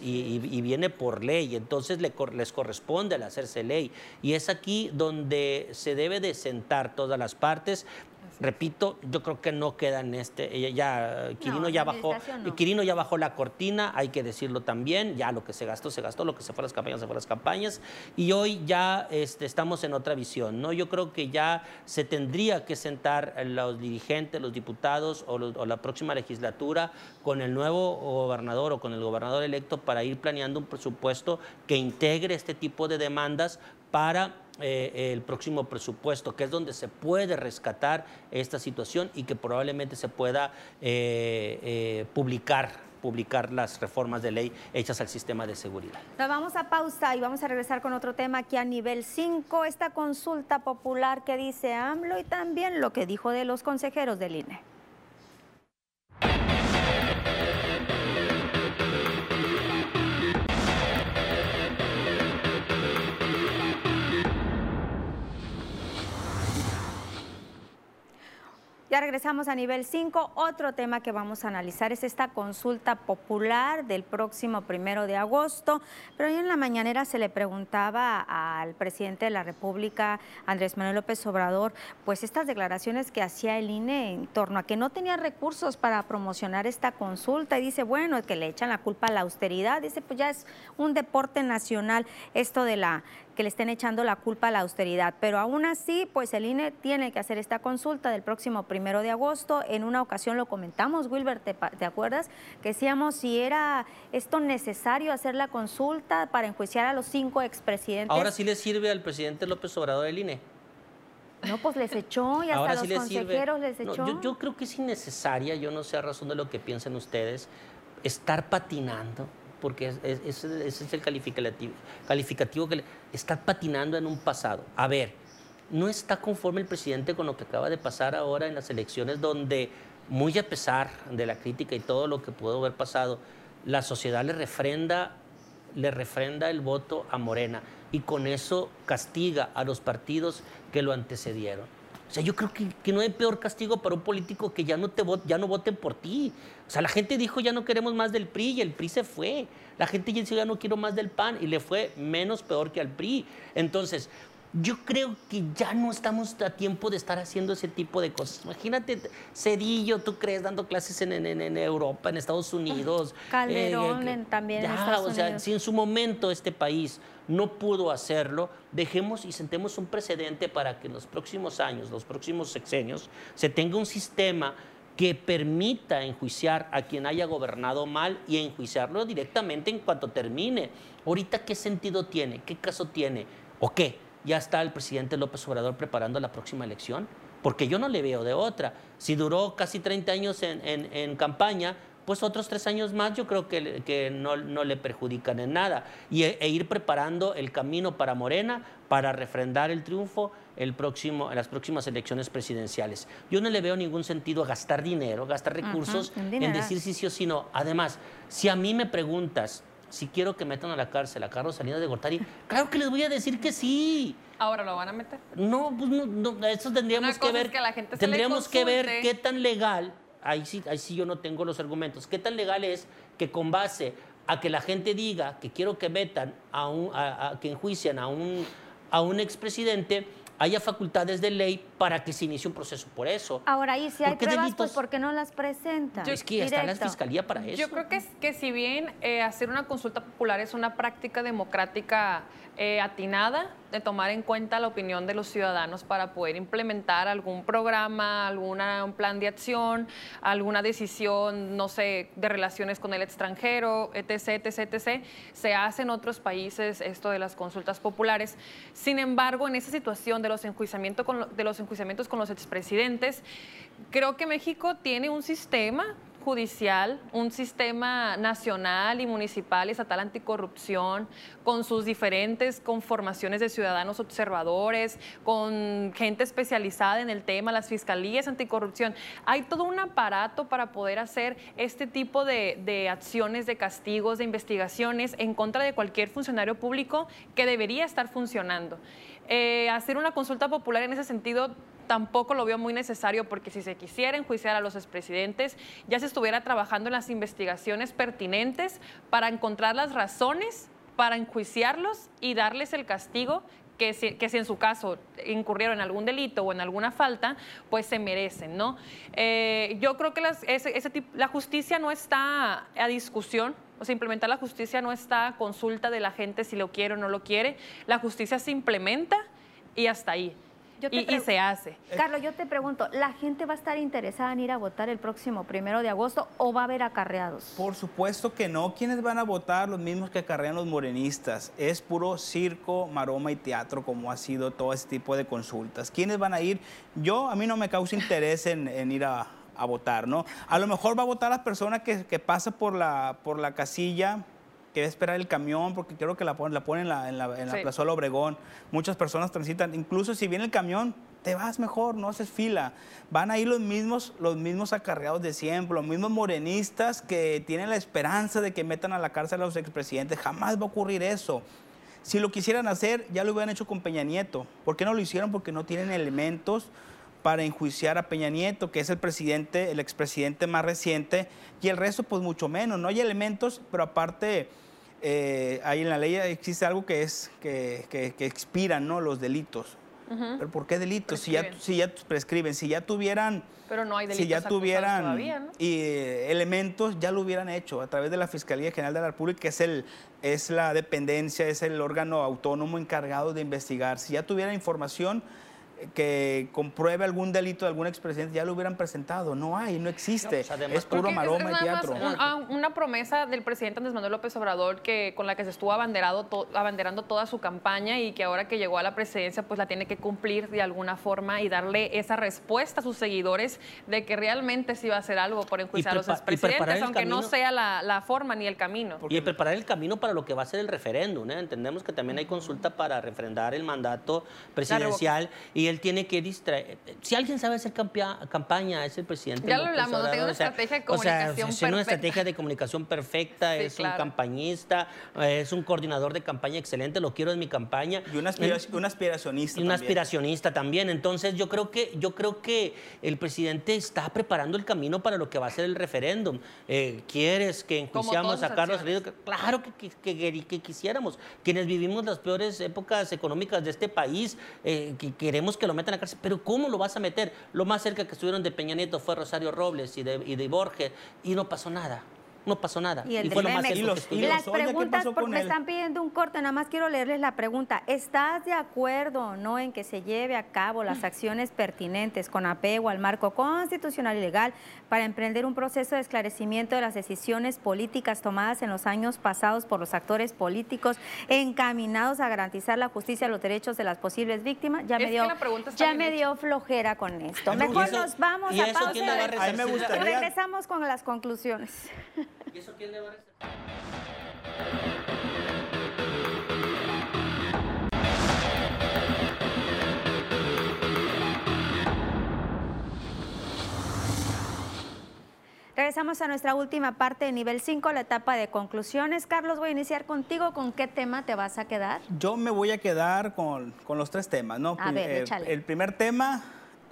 [SPEAKER 4] y viene por ley, entonces les corresponde al hacerse ley. Y es aquí donde se debe de sentar todas las partes. Repito, yo creo que no queda en Quirino ya bajó la cortina, hay que decirlo también, ya lo que se gastó, lo que se fue a las campañas, se fue a las campañas, y hoy ya estamos en otra visión, ¿no? Yo creo que ya se tendría que sentar los dirigentes, los diputados o la próxima legislatura con el nuevo gobernador o con el gobernador electo para ir planeando un presupuesto que integre este tipo de demandas para el próximo presupuesto, que es donde se puede rescatar esta situación y que probablemente se pueda publicar las reformas de ley hechas al sistema de seguridad.
[SPEAKER 1] Nos vamos a pausa y vamos a regresar con otro tema aquí a nivel 5, esta consulta popular que dice AMLO y también lo que dijo de los consejeros del INE. Ya regresamos a nivel 5. Otro tema que vamos a analizar es esta consulta popular del próximo 1 de agosto. Pero hoy en la mañanera se le preguntaba al presidente de la República, Andrés Manuel López Obrador, pues estas declaraciones que hacía el INE en torno a que no tenía recursos para promocionar esta consulta. Y dice, bueno, es que le echan la culpa a la austeridad. Dice, pues ya es un deporte nacional esto de que le estén echando la culpa a la austeridad. Pero aún así, pues el INE tiene que hacer esta consulta del próximo 1 de agosto. En una ocasión lo comentamos, Wilber, ¿te acuerdas? Que decíamos si era esto necesario hacer la consulta para enjuiciar a los 5 expresidentes.
[SPEAKER 4] Ahora sí le sirve al presidente López Obrador el INE.
[SPEAKER 1] No, pues les echó y hasta
[SPEAKER 4] ahora
[SPEAKER 1] los
[SPEAKER 4] sí
[SPEAKER 1] consejeros les echó.
[SPEAKER 4] No, yo creo que es innecesaria, yo no sé a razón de lo que piensen ustedes, estar patinando, porque ese es el calificativo que estar patinando en un pasado. A ver, ¿no está conforme el presidente con lo que acaba de pasar ahora en las elecciones, donde, muy a pesar de la crítica y todo lo que pudo haber pasado, la sociedad le refrenda le refrenda el voto a Morena y con eso castiga a los partidos que lo antecedieron. O sea, yo creo que no hay peor castigo para un político que ya no voten por ti. O sea, la gente dijo ya no queremos más del PRI y el PRI se fue. La gente ya dijo ya no quiero más del PAN y le fue menos peor que al PRI. Entonces, yo creo que ya no estamos a tiempo de estar haciendo ese tipo de cosas. Imagínate, Zedillo, ¿tú crees? Dando clases en Europa, en Estados Unidos.
[SPEAKER 1] Calderón también en Estados Unidos.
[SPEAKER 4] O sea, si en su momento este país no pudo hacerlo, dejemos y sentemos un precedente para que en los próximos años, los próximos sexenios, se tenga un sistema que permita enjuiciar a quien haya gobernado mal y enjuiciarlo directamente en cuanto termine. Ahorita, ¿qué sentido tiene? ¿Qué caso tiene? ¿O qué? ¿Ya está el presidente López Obrador preparando la próxima elección? Porque yo no le veo de otra. Si duró casi 30 años en campaña, pues otros 3 años más yo creo que no le perjudican en nada. E ir preparando el camino para Morena para refrendar el triunfo en las próximas elecciones presidenciales. Yo no le veo ningún sentido a gastar dinero, gastar recursos en decir sí o sí no. Además, si a mí me preguntas si quiero que metan a la cárcel a Carlos Salinas de Gortari, claro que les voy a decir que sí.
[SPEAKER 3] ¿Ahora lo van a meter?
[SPEAKER 4] No, pues no, eso tendríamos que ver.
[SPEAKER 3] Es que la gente
[SPEAKER 4] tendríamos que ver qué tan legal, ahí sí yo no tengo los argumentos, qué tan legal es que con base a que la gente diga que quiero que metan que enjuician a un expresidente, haya facultades de ley para que se inicie un proceso por eso.
[SPEAKER 1] Ahora, y si hay pruebas, pues ¿por qué no las presentan?
[SPEAKER 4] Es que está la fiscalía para eso.
[SPEAKER 3] Yo creo que si bien hacer una consulta popular es una práctica democrática atinada, de tomar en cuenta la opinión de los ciudadanos para poder implementar algún programa, un plan de acción, alguna decisión, no sé, de relaciones con el extranjero, etc. Se hace en otros países esto de las consultas populares. Sin embargo, en esa situación de los enjuiciamientos con los expresidentes, creo que México tiene un sistema judicial, un sistema nacional y municipal y estatal anticorrupción, con sus diferentes conformaciones de ciudadanos observadores, con gente especializada en el tema, las fiscalías anticorrupción. Hay todo un aparato para poder hacer este tipo de acciones, de castigos, de investigaciones en contra de cualquier funcionario público que debería estar funcionando. Hacer una consulta popular en ese sentido tampoco lo veo muy necesario, porque si se quisiera enjuiciar a los expresidentes, ya se estuviera trabajando en las investigaciones pertinentes para encontrar las razones para enjuiciarlos y darles el castigo que si en su caso incurrieron en algún delito o en alguna falta, pues se merecen, ¿no? Yo creo que la justicia no está a discusión. O sea, implementar la justicia no está a consulta de la gente si lo quiere o no lo quiere. La justicia se implementa y hasta ahí. Y se hace.
[SPEAKER 1] Carlos, yo te pregunto, ¿la gente va a estar interesada en ir a votar el próximo 1 de agosto o va a haber acarreados?
[SPEAKER 2] Por supuesto que no. ¿Quiénes van a votar? Los mismos que acarrean los morenistas. Es puro circo, maroma y teatro, como ha sido todo ese tipo de consultas. ¿Quiénes van a ir? A mí no me causa interés en ir a votar, ¿no? A lo mejor va a votar la persona que pasa por la casilla, que va a esperar el camión, porque creo que la ponen en la Plazuela Obregón. Muchas personas transitan, incluso si viene el camión, te vas mejor, no haces fila. Van a ir los mismos acarreados de siempre, los mismos morenistas que tienen la esperanza de que metan a la cárcel a los expresidentes. Jamás va a ocurrir eso. Si lo quisieran hacer, ya lo hubieran hecho con Peña Nieto. ¿Por qué no lo hicieron? Porque no tienen elementos para enjuiciar a Peña Nieto, que es el expresidente más reciente, y el resto pues mucho menos. No hay elementos, pero aparte ahí en la ley existe algo que expiran, ¿no?, los delitos. ¿Pero por qué delitos? Si ya prescriben, si ya tuvieran...
[SPEAKER 3] Pero no hay delitos
[SPEAKER 2] si ya tuvieran
[SPEAKER 3] todavía, ¿no?
[SPEAKER 2] Elementos, ya lo hubieran hecho a través de la Fiscalía General de la República, que es la dependencia, es el órgano autónomo encargado de investigar. Si ya tuvieran información que compruebe algún delito de algún expresidente, ya lo hubieran presentado. No hay, no existe. No, pues es puro maroma y teatro.
[SPEAKER 3] Una promesa del presidente Andrés Manuel López Obrador con la que se estuvo abanderando toda su campaña, y que ahora que llegó a la presidencia pues la tiene que cumplir de alguna forma y darle esa respuesta a sus seguidores de que realmente sí va a hacer algo por enjuiciar a los expresidentes, aunque no sea la forma ni el camino.
[SPEAKER 4] Y preparar el camino para lo que va a ser el referéndum, ¿eh? Entendemos que también hay consulta para refrendar el mandato presidencial, y él tiene que distraer. Si alguien sabe hacer campaña, es el presidente.
[SPEAKER 3] Ya lo hablamos, no tiene una estrategia de comunicación perfecta.
[SPEAKER 4] Tiene una estrategia de comunicación perfecta,
[SPEAKER 3] Sí,
[SPEAKER 4] es
[SPEAKER 3] claro.
[SPEAKER 4] un campañista, es un coordinador de campaña excelente, lo quiero en mi campaña.
[SPEAKER 2] Y un aspiracionista
[SPEAKER 4] Y un
[SPEAKER 2] también.
[SPEAKER 4] aspiracionista también. Entonces yo creo que el presidente está preparando el camino para lo que va a ser el referéndum. ¿Quieres que enjuiciamos
[SPEAKER 3] todas
[SPEAKER 4] a
[SPEAKER 3] sus
[SPEAKER 4] Carlos
[SPEAKER 3] acciones.
[SPEAKER 4] Salinas? Claro que quisiéramos. Quienes vivimos las peores épocas económicas de este país, que queremos que lo metan a la cárcel. Pero ¿cómo lo vas a meter? Lo más cerca que estuvieron de Peña Nieto fue Rosario Robles y de Borges, y no pasó nada. No pasó nada.
[SPEAKER 1] Y el
[SPEAKER 4] fue lo más
[SPEAKER 1] Pemex.
[SPEAKER 4] cerca que estuvieron.
[SPEAKER 1] Las
[SPEAKER 2] Lozoya, ¿qué
[SPEAKER 1] preguntas,
[SPEAKER 2] pasó
[SPEAKER 1] porque
[SPEAKER 2] con
[SPEAKER 1] me
[SPEAKER 2] él?
[SPEAKER 1] están pidiendo un corte, nada más quiero leerles la pregunta. ¿Estás de acuerdo, no, en que se lleve a cabo las acciones pertinentes con apego al marco constitucional y legal para emprender un proceso de esclarecimiento de las decisiones políticas tomadas en los años pasados por los actores políticos encaminados a garantizar la justicia y los derechos de las posibles víctimas? Ya
[SPEAKER 3] Es
[SPEAKER 1] me
[SPEAKER 3] que
[SPEAKER 1] dio,
[SPEAKER 3] la pregunta está
[SPEAKER 1] ya
[SPEAKER 3] bien
[SPEAKER 1] me
[SPEAKER 3] hecha.
[SPEAKER 1] dio flojera con esto.
[SPEAKER 2] A mí me
[SPEAKER 1] Mejor
[SPEAKER 2] gusta-
[SPEAKER 1] nos vamos
[SPEAKER 4] ¿Y
[SPEAKER 1] a
[SPEAKER 4] eso
[SPEAKER 1] pausa
[SPEAKER 4] quién le va a
[SPEAKER 1] y
[SPEAKER 2] A mí me gustaría-
[SPEAKER 1] regresamos con las conclusiones.
[SPEAKER 4] ¿Y eso quién le va a respetar?
[SPEAKER 1] Regresamos a nuestra última parte de nivel 5, la etapa de conclusiones. Carlos, voy a iniciar contigo. ¿Con qué tema te vas a quedar?
[SPEAKER 2] Yo me voy a quedar con los tres temas, ¿no?
[SPEAKER 1] A ver, échale.
[SPEAKER 2] El primer tema,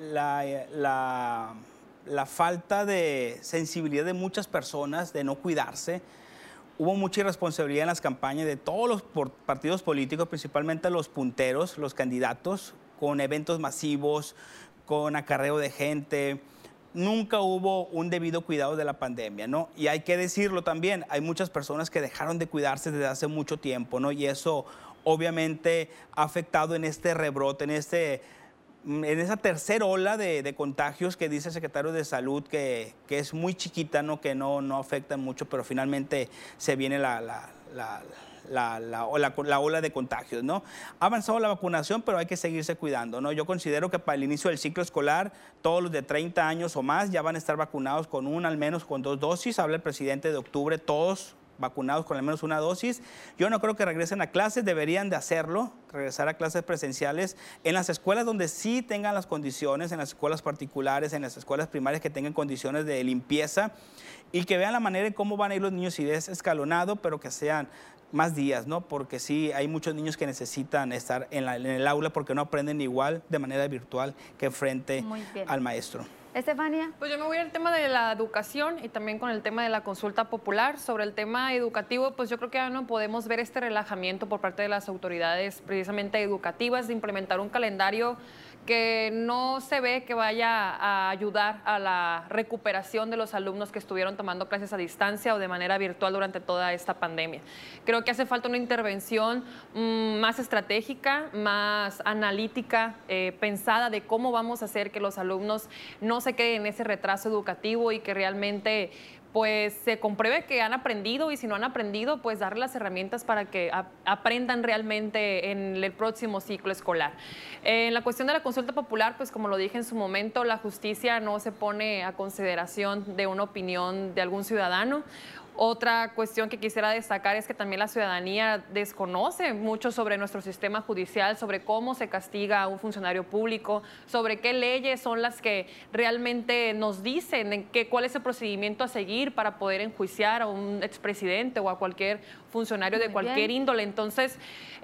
[SPEAKER 2] la falta de sensibilidad de muchas personas de no cuidarse. Hubo mucha irresponsabilidad en las campañas de todos los partidos políticos, principalmente los punteros, los candidatos, con eventos masivos, con acarreo de gente. Nunca hubo un debido cuidado de la pandemia, ¿no? Y hay que decirlo también, hay muchas personas que dejaron de cuidarse desde hace mucho tiempo, ¿no? Y eso obviamente ha afectado en este rebrote, en esa tercera ola de contagios que dice el secretario de Salud que es muy chiquita, ¿no? Que no afecta mucho, pero finalmente se viene la ola de contagios, ¿no? Ha avanzado la vacunación, pero hay que seguirse cuidando, ¿no? Yo considero que para el inicio del ciclo escolar, todos los de 30 años o más ya van a estar vacunados con al menos con 2 dosis. Habla el presidente de octubre, todos vacunados con al menos una dosis. Yo no creo que regresen a clases, deberían de hacerlo, regresar a clases presenciales en las escuelas donde sí tengan las condiciones, en las escuelas particulares, en las escuelas primarias que tengan condiciones de limpieza y que vean la manera en cómo van a ir los niños, y es escalonado, pero que sean más días, ¿no? Porque sí, hay muchos niños que necesitan estar en el aula porque no aprenden igual de manera virtual que frente
[SPEAKER 1] Muy bien.
[SPEAKER 2] al maestro.
[SPEAKER 1] Estefania.
[SPEAKER 3] Pues yo me voy al tema de la educación y también con el tema de la consulta popular. Sobre el tema educativo, pues yo creo que ya no podemos ver este relajamiento por parte de las autoridades precisamente educativas de implementar un calendario que no se ve que vaya a ayudar a la recuperación de los alumnos que estuvieron tomando clases a distancia o de manera virtual durante toda esta pandemia. Creo que hace falta una intervención más estratégica, más analítica, pensada de cómo vamos a hacer que los alumnos no se queden en ese retraso educativo y que realmente pues se compruebe que han aprendido, y si no han aprendido, pues darle las herramientas para que aprendan realmente en el próximo ciclo escolar. En la cuestión de la consulta popular, pues como lo dije en su momento, la justicia no se pone a consideración de una opinión de algún ciudadano. Otra cuestión que quisiera destacar es que también la ciudadanía desconoce mucho sobre nuestro sistema judicial, sobre cómo se castiga a un funcionario público, sobre qué leyes son las que realmente nos dicen cuál es el procedimiento a seguir para poder enjuiciar a un expresidente o a cualquier funcionario de cualquier índole. Entonces,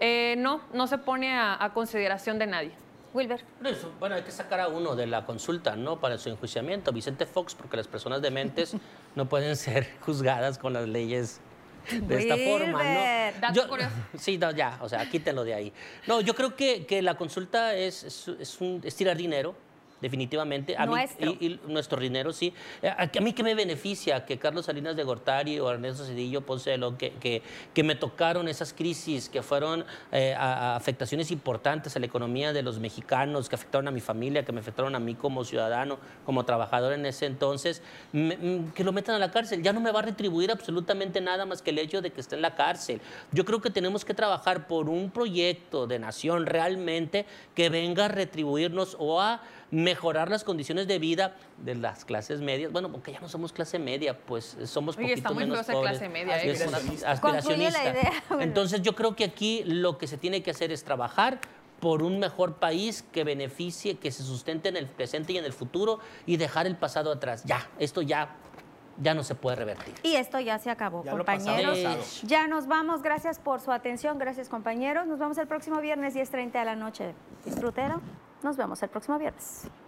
[SPEAKER 3] no se pone a consideración de nadie.
[SPEAKER 1] Wilber.
[SPEAKER 4] Bueno, hay que sacar a uno de la consulta, ¿no? Para su enjuiciamiento, Vicente Fox, porque las personas dementes no pueden ser juzgadas con las leyes de esta forma,
[SPEAKER 1] Wilber.
[SPEAKER 4] ¿no?
[SPEAKER 3] Dato curioso.
[SPEAKER 4] Sí, no, ya, o sea, quítenlo de ahí. No, yo creo que la consulta es tirar dinero, definitivamente.
[SPEAKER 1] Nuestro.
[SPEAKER 4] Y nuestro dinero, sí. A mí que me beneficia que Carlos Salinas de Gortari o Ernesto Zedillo Poncelo, que me tocaron esas crisis, que fueron a afectaciones importantes a la economía de los mexicanos, que afectaron a mi familia, que me afectaron a mí como ciudadano, como trabajador en ese entonces, que lo metan a la cárcel. Ya no me va a retribuir absolutamente nada más que el hecho de que esté en la cárcel. Yo creo que tenemos que trabajar por un proyecto de nación realmente que venga a retribuirnos o a mejorar las condiciones de vida de las clases medias. Bueno, porque ya no somos clase media, pues somos
[SPEAKER 3] Oye, está
[SPEAKER 4] poquito
[SPEAKER 3] muy
[SPEAKER 4] menos
[SPEAKER 3] feo ser
[SPEAKER 4] pobres.
[SPEAKER 3] clase media,
[SPEAKER 4] Es
[SPEAKER 2] Aspiracionista.
[SPEAKER 1] Concluye la
[SPEAKER 4] aspiracionista.
[SPEAKER 1] idea, bueno.
[SPEAKER 4] Entonces yo creo que aquí lo que se tiene que hacer es trabajar por un mejor país que beneficie, que se sustente en el presente y en el futuro y dejar el pasado atrás. Ya, esto ya no se puede revertir.
[SPEAKER 1] Y esto ya se acabó,
[SPEAKER 2] Ya
[SPEAKER 1] compañeros. Ya nos vamos. Gracias por su atención. Gracias, compañeros. Nos vemos el próximo viernes, 10:30 de la noche. Disfrútelo. Nos vemos el próximo viernes.